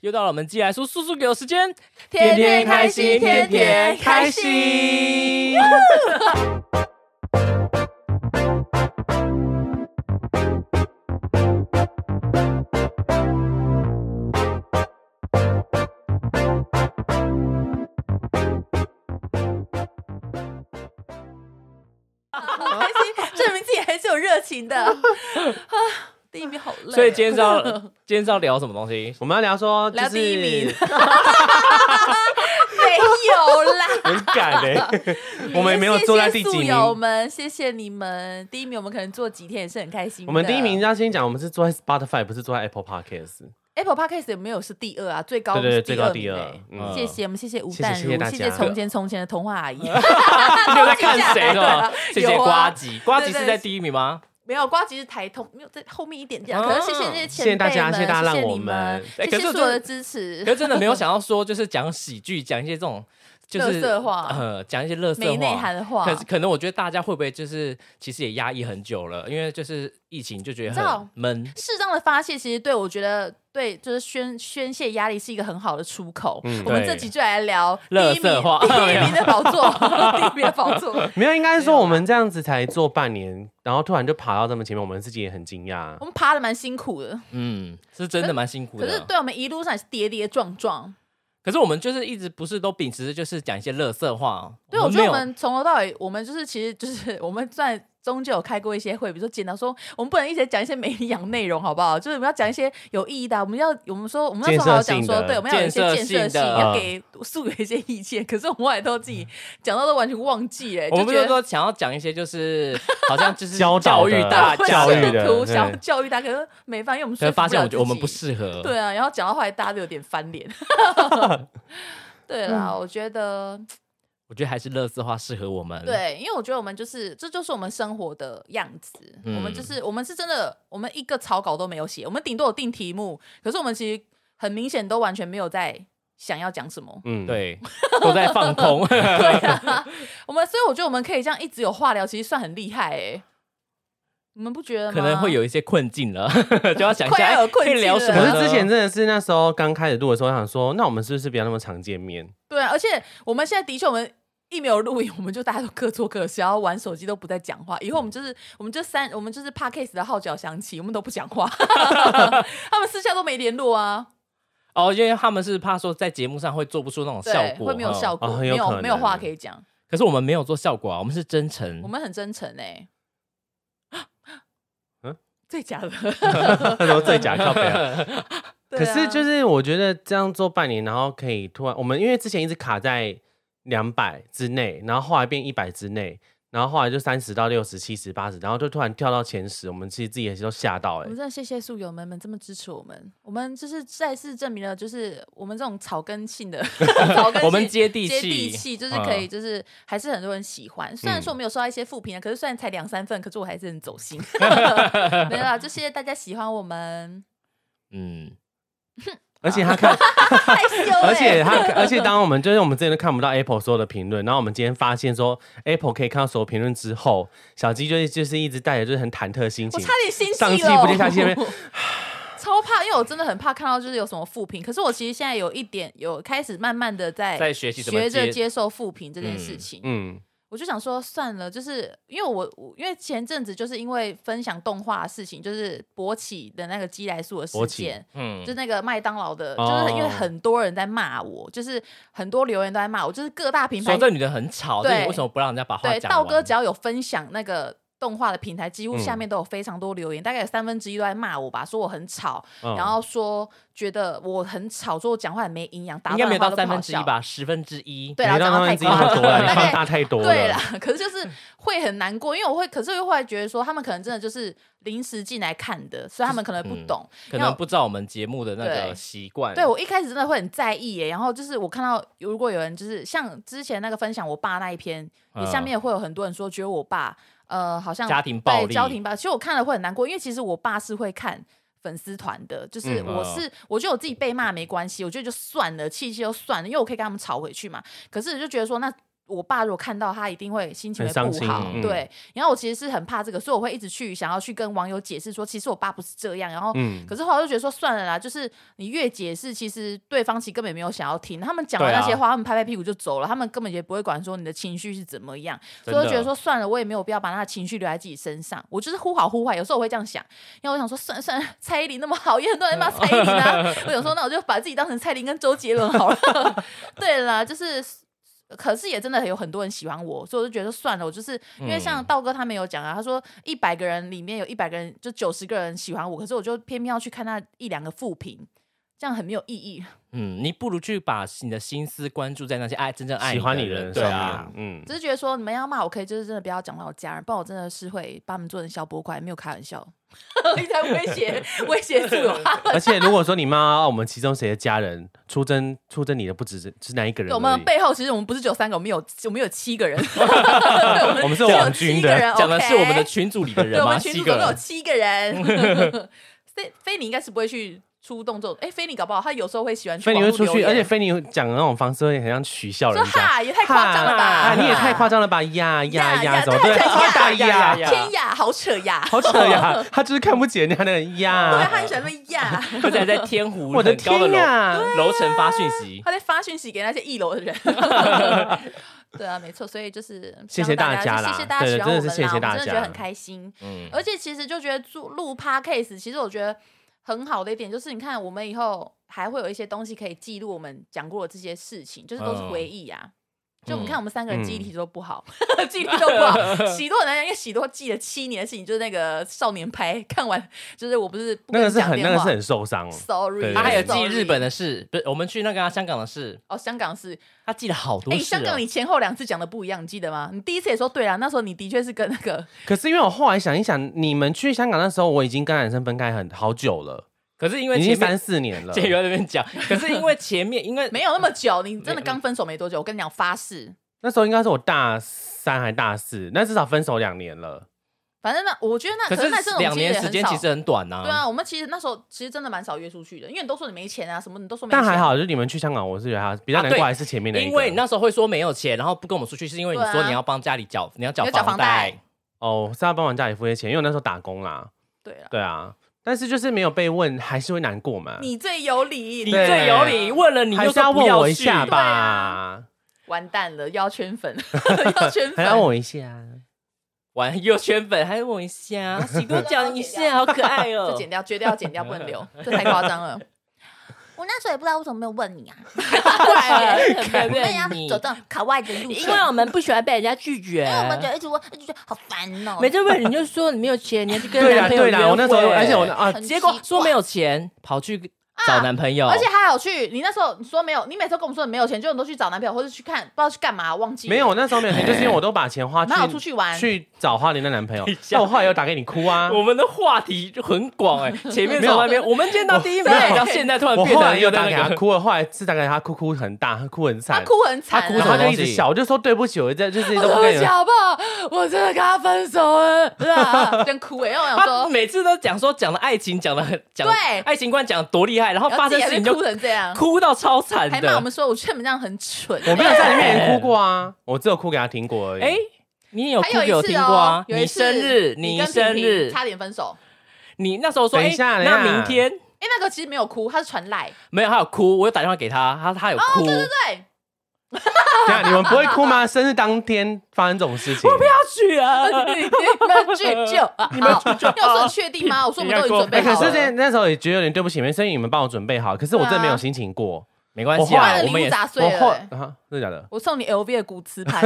又到了我们寄来书叔叔给我时间， 天天开心，天天开心。好开心，证明自己还是有热情的。第一名好累， 所以今天是要聊什么东西？ 我们要聊说、 聊第一名，没有啦， 很赶嘞。我们也没有坐在第几名。 谢谢宿友们，谢谢你们。第一名我们可能做几天也是很开心的。 我们第一名要先讲，我们是坐在 Spotify， 不是坐在 Apple Podcast。Apple Podcast 有没有是第二啊？最高对最高第二。 谢谢我们，谢谢吴淡如，谢谢从前的童话阿姨。你有在看谁是吧？谢谢呱吉，呱吉是在第一名吗？ 没有，呱吉是台通，没有在后面一点点。可是谢谢这些前辈们， 谢谢大家让我们， 谢谢所有的支持。 可是真的没有想到说，就是讲喜剧，讲一些这种就是垃圾话， 讲一些垃圾话、 没内涵的话。 可能我觉得大家会不会就是其实也压抑很久了，因为就是疫情就觉得很闷。 适当的发泄，其实对我觉得对，就是宣泄压力是一个很好的出口。我们这集就来聊垃圾话， 第一名的宝座，第一名的宝座。 没有，应该是说我们这样子才做半年，然后突然就爬到这么前面，我们自己也很惊讶。 我们爬的蛮辛苦的， 是真的蛮辛苦的。 可是对我们一路上也是跌跌撞撞。 可是我们就是一直不是都秉持就是讲一些垃圾话。 对，我觉得我们从头到尾，我们就是其实就是我们算终究有开过一些会，比如说检讨说我们不能一直讲一些没营养内容，好不好？就是我们要讲一些有意义的。我们那时候好好讲说，对，我们要有一些建设性，要给素有一些意见。可是我们后来都自己讲到都完全忘记了。 我们不是说想要讲一些就是好像就是教育大家、 教育的， 想要教育大家，可是没发现，因为我们说服不了自己， 发现我们不适合。 对啊，然后讲到后来大家都有点翻脸。对啦，我觉得还是垃圾话适合我们。 对，因为我觉得我们这就是我们生活的样子。我们是真的，我们一个草稿都没有写，我们顶多有定题目，可是我们其实很明显都完全没有在想要讲什么。 对，都在放空。 对啊，所以我觉得我们可以这样一直有话聊，其实算很厉害欸。你们不觉得吗？ 可能会有一些困境了，就要想一下可以聊什么。 可是之前真的是那时候刚开始录的时候，想说，那我们是不是不要那么常见面？ 对啊，而且我们现在的确，我们一没有录影，我们就大家都各做各事，然后玩手机都不再讲话。以后我们就是 Podcast 的号角响起，我们都不讲话。他们私下都没联络啊。 因为他们是怕说在节目上会做不出那种效果， 会没有效果，没有话可以讲。 可是我们没有做效果啊，我们是真诚， 我们很真诚欸。最假的， 他说最假靠北啊。可是就是我觉得这样做半年，然后可以突然我们因为之前一直卡在200之内，然后后来变100之内，然后后来就30到60、70、80，然后就突然跳到前10，我们其实自己也是都吓到。 我们真的谢谢宿友们这么支持我们，我们就是再次证明了，就是我们这种草根性的我们接地气， 就是可以，就是还是很多人喜欢。虽然说我们有收到一些负评，可是虽然才2-3份，可是我还是很走心。没有啦，就谢谢大家喜欢我们。 而且他看，而且当我们就是我们之前都看不到 Apple 所有的评论，然后我们今天发现说 Apple 可以看到所有评论之后，小鸡就是一直带着就是很忐忑的心情， 我差点心上气不接下气那边。 超怕，因为我真的很怕看到就是有什么负评。可是我其实现在有开始慢慢的在学习学着接受负评这件事情。我就想说算了，就是因为前阵子就是因为分享动画的事情，就是勃起的那个鸡来素的事件，就是那个麦当劳的，就是因为很多人在骂我，就是很多留言都在骂我，就是各大品牌说这女的很吵，对，你为什么不让人家把话讲完？ 对，道哥只要有分享那个动画的平台，几乎下面都有非常多留言，大概有1/3都在骂我吧，说我很吵，然后说觉得我很吵，说我讲话也没营养， 应该没有到1/3吧，1/10。 对啦，讲到太夸张了，你放大太多了。 对啦，可是就是会很难过，因为可是又后来觉得说，他们可能真的就是临时进来看的，所以他们可能不懂， 可能不知道我们节目的那个习惯。 对，我一开始真的会很在意耶，然后就是我看到如果有人就是像之前那个分享我爸那一篇，下面会有很多人说觉得我爸好像家庭暴力， 其实我看了会很难过，因为其实我爸是会看粉丝团的，就是我觉得我自己被骂没关系，我觉得就算了，气就算了，因为我可以跟他们吵回去嘛。可是就觉得说，那我爸如果看到他一定会心情会不好，对。然后我其实是很怕这个，所以我会一直想要去跟网友解释说，其实我爸不是这样。然后，可是后来就觉得说算了啦，就是你越解释，其实对方其实根本没有想要听。他们讲完那些话，他们拍拍屁股就走了，他们根本也不会管说你的情绪是怎么样。所以我就觉得说算了，我也没有必要把他的情绪留在自己身上。我就是忽好忽坏，有时候我会这样想。因为我想说算了，蔡依林那么好，也很多人骂蔡依林啊。我想说那我就把自己当成蔡依林跟周杰伦好了。对啦，就是。可是也真的有很多人喜欢我，所以我就觉得算了，我就是因为像道哥他们有讲啊，他说100个人里面有100个人，就90个人喜欢我，可是我就偏偏要去看那1-2个负评，这样很没有意义。 你不如去把你的心思关注在那些真正爱喜欢你的人上面。 只是觉得说你们要骂我可以，就是真的不要讲到我家人，不然我真的是会把他们做成小波块，没有开玩笑。你在威胁住我。 而且如果说你骂我们其中谁的家人，出征你的不只是哪一个人， 我们背后其实我们不是只有3个，我们有7个人。 我们是网军的， 讲的是我们的群组里的人吗？ 我们群组总共有7个人。非你应该是不会去出动这种，菲尼搞不好他有时候会喜欢菲尼会出去，而且菲尼讲的那种方式会很像取笑人家， 也太夸张了吧！ 你也太夸张了吧！呀，怎么对？大呀， 天呀，好扯呀， 好扯呀！他就是看不起人家那个呀， 对，他很喜欢那呀， 而且还在天湖很高的楼层发讯息， 他在发讯息给那些1楼的人。对啊，没错，所以就是谢谢大家啦， 谢谢大家喜欢我们啦， 谢谢大家， 我真的觉得很开心。而且其实就觉得录 podcast， 其实我觉得很好的一点就是，你看我们以后还会有一些东西可以记录我们讲过的这些事情，就是都是回忆啊。就我们看我们3个人记忆力都不好，记忆力都不好。喜多很难讲，因为喜多记了7年的事情，就是那个少年拍看完，就是我不是不跟你讲电话， 那个是很受伤。 Sorry， 他还有记日本的事，不是我们去那个香港的事。 香港事， 他记了好多事。 香港你前后2次讲的不一样，你记得吗？你第一次也说对啊，那时候你的确是跟那个。 可是因为我后来想一想，你们去香港那时候，我已经跟男生分开好久了。 可是因为已经3-4年了， 前面在那边讲。可是因为前面因为没有那么久，你真的刚分手没多久。我跟你讲发誓， 那时候应该是我大3还大4，那至少分手2年了。 反正我觉得可是 2年时间其实很短啊。 对啊，我们其实那时候其实真的蛮少约出去的，因为你都说你没钱啊，什么你都说没钱。但还好，就是你们去香港，我是觉得他比较难过，还是前面的一个。 因为你那时候会说没有钱，然后不跟我们出去，是因为你说你要帮家里你要缴房贷。 哦，是要帮忙家里付些钱，因为我那时候打工啦。对啊。但是就是没有被问，还是会难过嘛。 你最有理， 你最有理，问了你还是要问我一下吧。 完蛋了，要圈粉，要圈粉， 还要问我一下。 完又圈粉，还问我一下，喜多讲一下，好可爱哦。 这剪掉，绝对要剪掉，不能留，这太夸张了。我那时候也不知道为什么没有问你啊，对呀，走到卡外的路， 因为我们不喜欢被人家拒绝， 因为我们就一直问，就觉得好烦哦。 每次问你就说你没有钱，你要去跟男朋友约会。 我那时候，而且结果说没有钱，跑去找男朋友， 而且还有去你那时候你说没有，你每次跟我们说你没有钱，就你都去找男朋友或者去看，不知道去干嘛，忘记了。 没有，我那时候没有钱，就是因为我都把钱花出去玩， 去找花莲的男朋友。但我后来又打给你哭啊。 我们的话题就很广前面从那边我们见到第一名，然后现在突然变成又打给他哭了，后来是打给他哭很大，他哭很惨， 他哭很惨， 他就一直笑，我就说对不起，我就是都不跟你好不好？我真的跟他分手了，是吧？真哭因为我想说每次都讲的爱情讲对爱情观讲多厉害，然后发生事情就哭成这样， 哭到超惨的， 还骂我们说我觉得你们这样很蠢。 我没有在你面前哭过啊，我只有哭给他听过而已。 你有哭给我听过啊？你生日差点分手， 你那时候说等一下那明天那个其实没有哭，他是传赖， 没有他有哭，我有打电话给他，他有哭。 对。 对啊，你们不会哭吗？生日当天发生这种事情， 我不要去啊！ 你们去就，你们要说你确定吗？我说我们都已经准备好了。 可是那时候也觉得有点对不起，所以你们帮我准备好，可是我真的没有心情过。 没关系啊， 我们也砸碎了。 真的假的？ 我送你 LV 的骨瓷盘，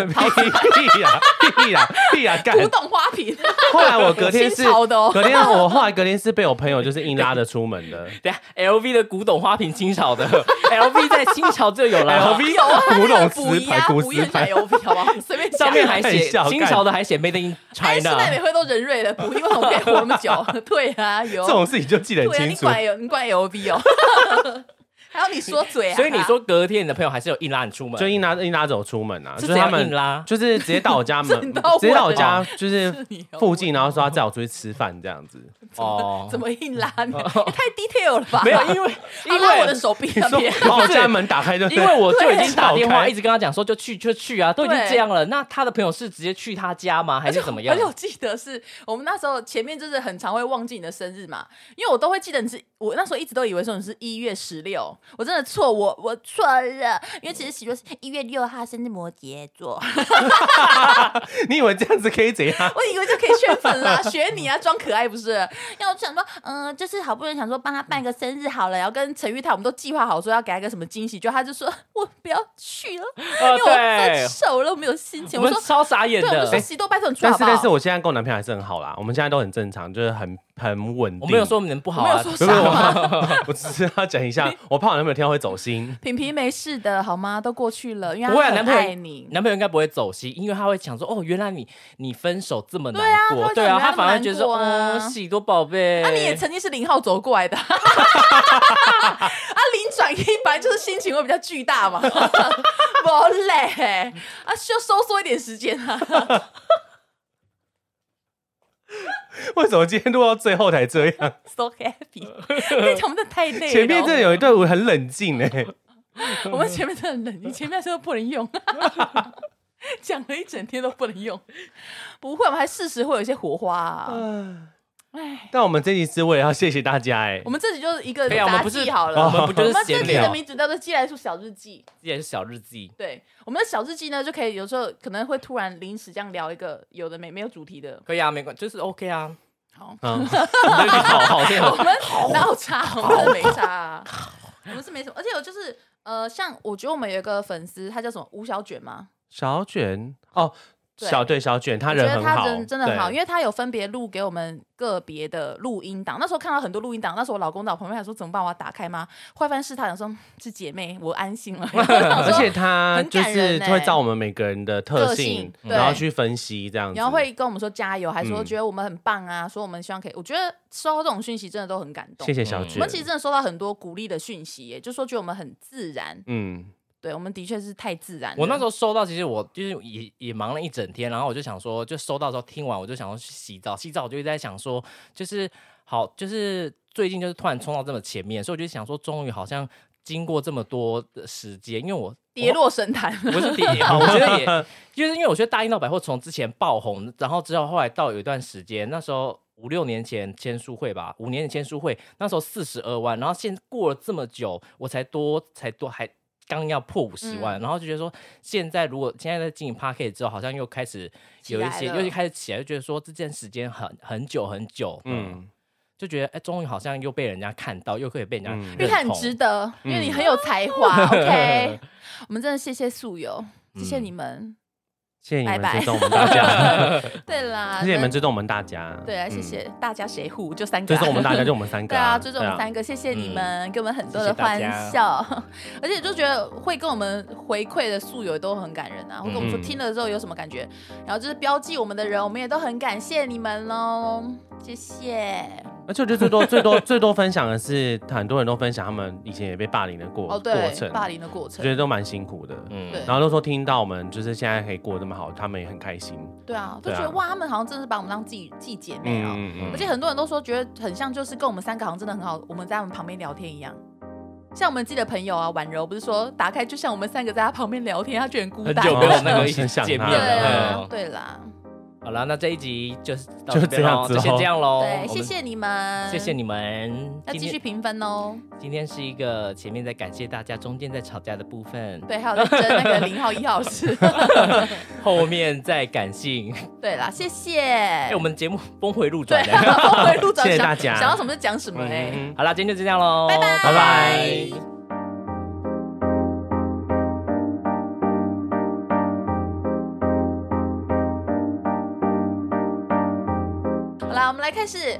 屁呀， 古董花瓶。 后来我隔天是被我朋友就是硬拉着出门的。 对啊 ，LV 的古董花瓶清朝的 ，LV 在清朝就有了。 LV 古董瓷盘， 古瓷盘 LV 好不好？随便上面还写清朝的，还写 Made in China。 现在美惠都人瑞了，补一为什么可以活那么久？对啊，有这种事情就记得很清楚。 你管 LV 哦。还要你说嘴啊！ 所以你说隔天你的朋友还是有硬拉你出门， 就硬拉着我出门啊， 就是他们硬拉， 就是直接到我家门，直接到我家就是附近，然后说要载我出去吃饭这样子。 怎么硬拉你？太 detail 了吧？ 没有，因为拉我的手臂那边， 把我家门打开就， 因为我就已经打电话一直跟他讲说就去啊，都已经这样了。那他的朋友是直接去他家吗？还是怎么样？ 而且我记得是我们那时候前面就是很常会忘记你的生日嘛，因为我都会记得你是，我那时候一直都以为说你是1月16，我真的错，我错了，因为其实喜多是1月6号生日，摩羯座。 你以为这样子可以怎样？ 我以为就可以圈粉啦，学你啊，装可爱不是？然后我就想说，就是好不容易想说帮他办个生日好了，然后跟陈玉泰我们都计划好说要给他一个什么惊喜，就他就说我不要去了，因为我分手了，我没有心情。 我说超傻眼的， 对，我就说喜多拜托你去好不好？ 但是我现在跟我男朋友还是很好啦，我们现在都很正常，就是很稳定。 我没有说你们不好啊， 我没有说啥吗？ 我只是要讲一下，我怕我男朋友听到会走心。 平平没事的好吗？都过去了，因为他很爱你。 男朋友应该不会走心，因为他会想说，哦，原来你分手这么难过， 对啊， 他反而觉得说，喜多宝贝， 你也曾经是0号走过来的，零转1本来就是心情会比较巨大嘛，不累就收缩一点时间啊。 为什么今天录到最后才这样 ？So happy， 那我们真的太累了。 前面真的有一段我很冷静哎， 我们前面真的很冷静，前面是不能用，讲了一整天都不能用。不会，我们还适时会有一些火花啊。 但我们这集是为了要谢谢大家哎， 我们这集就是一个杂技好了， 我们不就是闲聊？我们这集的名字叫做寄来素小日记， 也是小日记。 对，我们的小日记呢，就可以有时候可能会突然临时这样聊一个有的没有主题的， 可以啊，没关系，就是 OK 啊。 好， 好，我们哪有差？我们真的没差啊，我们是没什么，而且有就是像我觉得我们有一个粉丝，他叫什么吴小卷吗？ 小卷哦。小卷，他人很好， 我觉得他人真的很好，因为他有分别录给我们个别的录音档。那时候看到很多录音档，那时候我老公在我旁边还说怎么办，我要打开吗？后来发现是他，想说是姐妹，我安心了。 而且他就是会照我们每个人的特性，然后去分析这样子， 然后会跟我们说加油，还说觉得我们很棒啊，说我们希望可以。我觉得收到这种讯息真的都很感动。 谢谢小卷， 我们其实真的收到很多鼓励的讯息耶，就说觉得我们很自然。对，我们的确是太自然了。 我那时候收到，其实我就是也忙了一整天，然后我就想说，就收到之后听完，我就想说去洗澡，我就在想说，就是好，就是最近就是突然冲到这么前面，所以我就想说，终于好像经过这么多的时间，因为我跌落神坛， 不是跌，我觉得也就是因为我觉得大英道百货从之前爆红，然后之后后来到有一段时间，那时候5-6年前签书会吧，5年前签书会，那时候42万，然后现在过了这么久，我才多还。刚要破50万，然后就觉得说，现在在经营 Podcast 之后，好像又开始有一些，又开始起来，就觉得说这件时间很久，就觉得终于好像又被人家看到，又可以被人家认同， 因为他很值得，因为你很有才华。OK， 我们真的谢谢素友，谢谢你们。 谢谢你们追踪我们大家。 对啦， 谢谢你们追踪我们大家。 对啊，谢谢大家，谁护就3个。 追踪我们大家就我们3个。 对啊，追踪我们3个，谢谢你们，给我们很多的欢笑，而且就觉得会跟我们回馈的宿友都很感人啊，会跟我们说听了之后有什么感觉，然后就是标记我们的人，我们也都很感谢你们喽，谢谢。 而且我觉得最多分享的是，很多人都分享他们以前也被霸凌的过程， 霸凌的过程， 我觉得都蛮辛苦的。对，然后都说听到我们就是现在可以过得这么好，他们也很开心。 对啊，都觉得哇，他们好像真的是把我们当自己姐妹啊。而且很多人都说觉得很像，就是跟我们3个好像真的很好，我们在我们旁边聊天一样。像我们自己的朋友啊，婉柔不是说打开就像我们3个在他旁边聊天，他觉得很孤单， 很久没有那个一起见面了。 对啦。 好了，那这一集就是到这边咯，就先这样喽。 对，谢谢你们， 谢谢你们， 要继续评分哦。 今天是一个前面在感谢大家，中间在吵架的部分。 对，还有在争那个0号1号是， 后面在感性。 对啦，谢谢。 我们节目峰回路转的， 峰回路转， 谢谢大家。 想要什么就讲什么好啦，今天就这样喽， 拜拜， 拜拜。 好啦，我们来开始。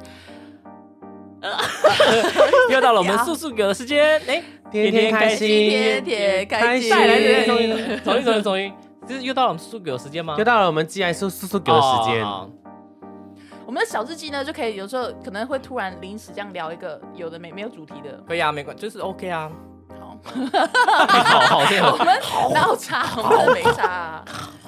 又到了我们素素狗的时间， 天天开心， 天天开心。 再来，重新，这是又到了我们素素狗的时间吗？ 又到了我们寄来素狗的时间。 我们的小日记呢，就可以有时候可能会突然临时这样聊一个有的没有主题的。 可以啊，没关系，就是 OK 啊。 好， 好， 我们哪有差，我们没差。